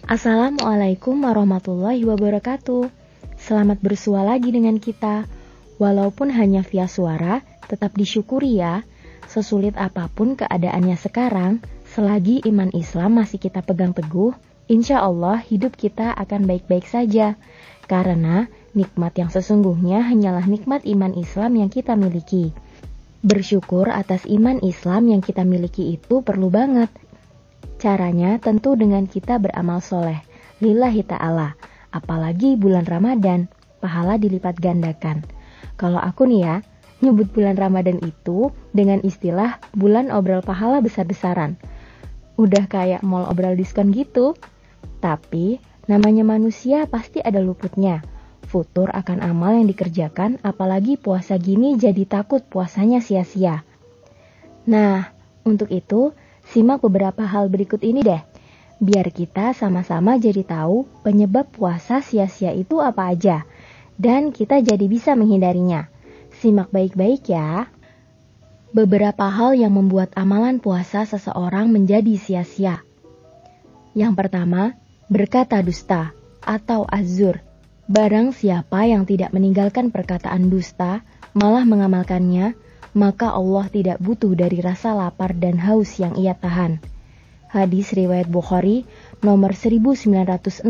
Assalamualaikum warahmatullahi wabarakatuh. Selamat bersua lagi dengan kita. Walaupun hanya via suara, tetap disyukuri ya. Sesulit apapun keadaannya sekarang, selagi iman Islam masih kita pegang teguh, insya Allah hidup kita akan baik-baik saja. Karena nikmat yang sesungguhnya hanyalah nikmat iman Islam yang kita miliki. Bersyukur atas iman Islam yang kita miliki itu perlu banget. Caranya tentu dengan kita beramal soleh, lillahi ta'ala. Apalagi bulan Ramadan, pahala dilipat gandakan. Kalau aku nih ya, nyebut bulan Ramadan itu dengan istilah bulan obral pahala besar-besaran. Udah kayak mall obral diskon gitu. Tapi, namanya manusia pasti ada luputnya. Futur akan amal yang dikerjakan, apalagi puasa gini jadi takut puasanya sia-sia. Nah, untuk itu, simak beberapa hal berikut ini deh, biar kita sama-sama jadi tahu penyebab puasa sia-sia itu apa aja, dan kita jadi bisa menghindarinya. Simak baik-baik ya. Beberapa hal yang membuat amalan puasa seseorang menjadi sia-sia. Yang pertama, berkata dusta atau azur. Barang siapa yang tidak meninggalkan perkataan dusta, malah mengamalkannya, maka Allah tidak butuh dari rasa lapar dan haus yang ia tahan. Hadis riwayat Bukhari nomor 1903.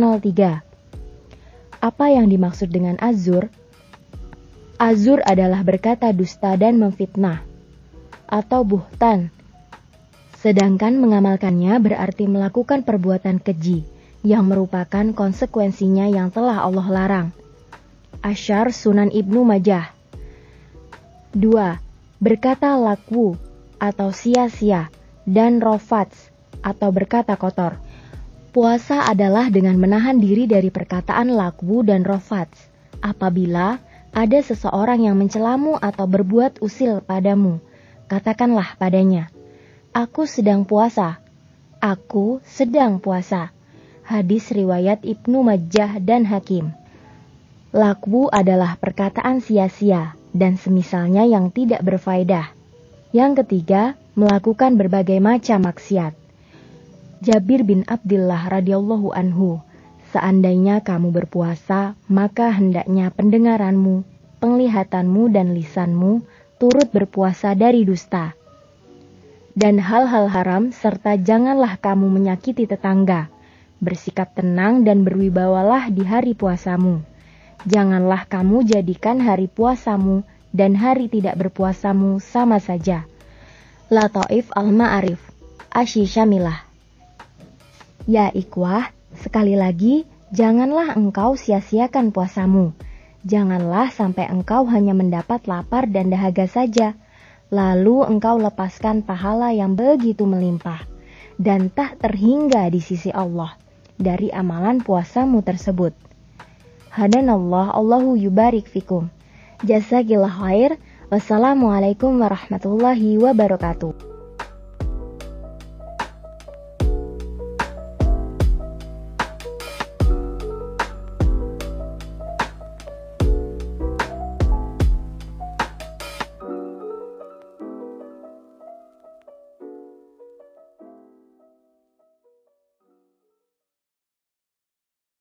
Apa yang dimaksud dengan azur? Azur adalah berkata dusta dan memfitnah, atau buhtan. Sedangkan mengamalkannya berarti melakukan perbuatan keji, yang merupakan konsekuensinya yang telah Allah larang. Asyar Sunan Ibnu Majah. 2. Berkata lakwu atau sia-sia dan rofats atau berkata kotor. Puasa adalah dengan menahan diri dari perkataan lakwu dan rofats. Apabila ada seseorang yang mencelamu atau berbuat usil padamu, katakanlah padanya, aku sedang puasa. Aku sedang puasa. Hadis riwayat Ibnu Majah dan Hakim. Lakwu adalah perkataan sia-sia dan semisalnya yang tidak berfaedah. Yang ketiga, melakukan berbagai macam maksiat. Jabir bin Abdullah radhiyallahu anhu, seandainya kamu berpuasa, maka hendaknya pendengaranmu, penglihatanmu dan lisanmu turut berpuasa dari dusta. Dan hal-hal haram serta janganlah kamu menyakiti tetangga. Bersikap tenang dan berwibawalah di hari puasamu. Janganlah kamu jadikan hari puasamu dan hari tidak berpuasamu sama saja. Lataif al-Ma'arif, Asy-Syamilah. Ya ikhwah, sekali lagi, janganlah engkau sia-siakan puasamu. Janganlah sampai engkau hanya mendapat lapar dan dahaga saja, lalu engkau lepaskan pahala yang begitu melimpah, dan tak terhingga di sisi Allah dari amalan puasamu tersebut. Hadanallah, Allahu yubarik fikum. Jazakillah khair. Wassalamualaikum warahmatullahi wabarakatuh.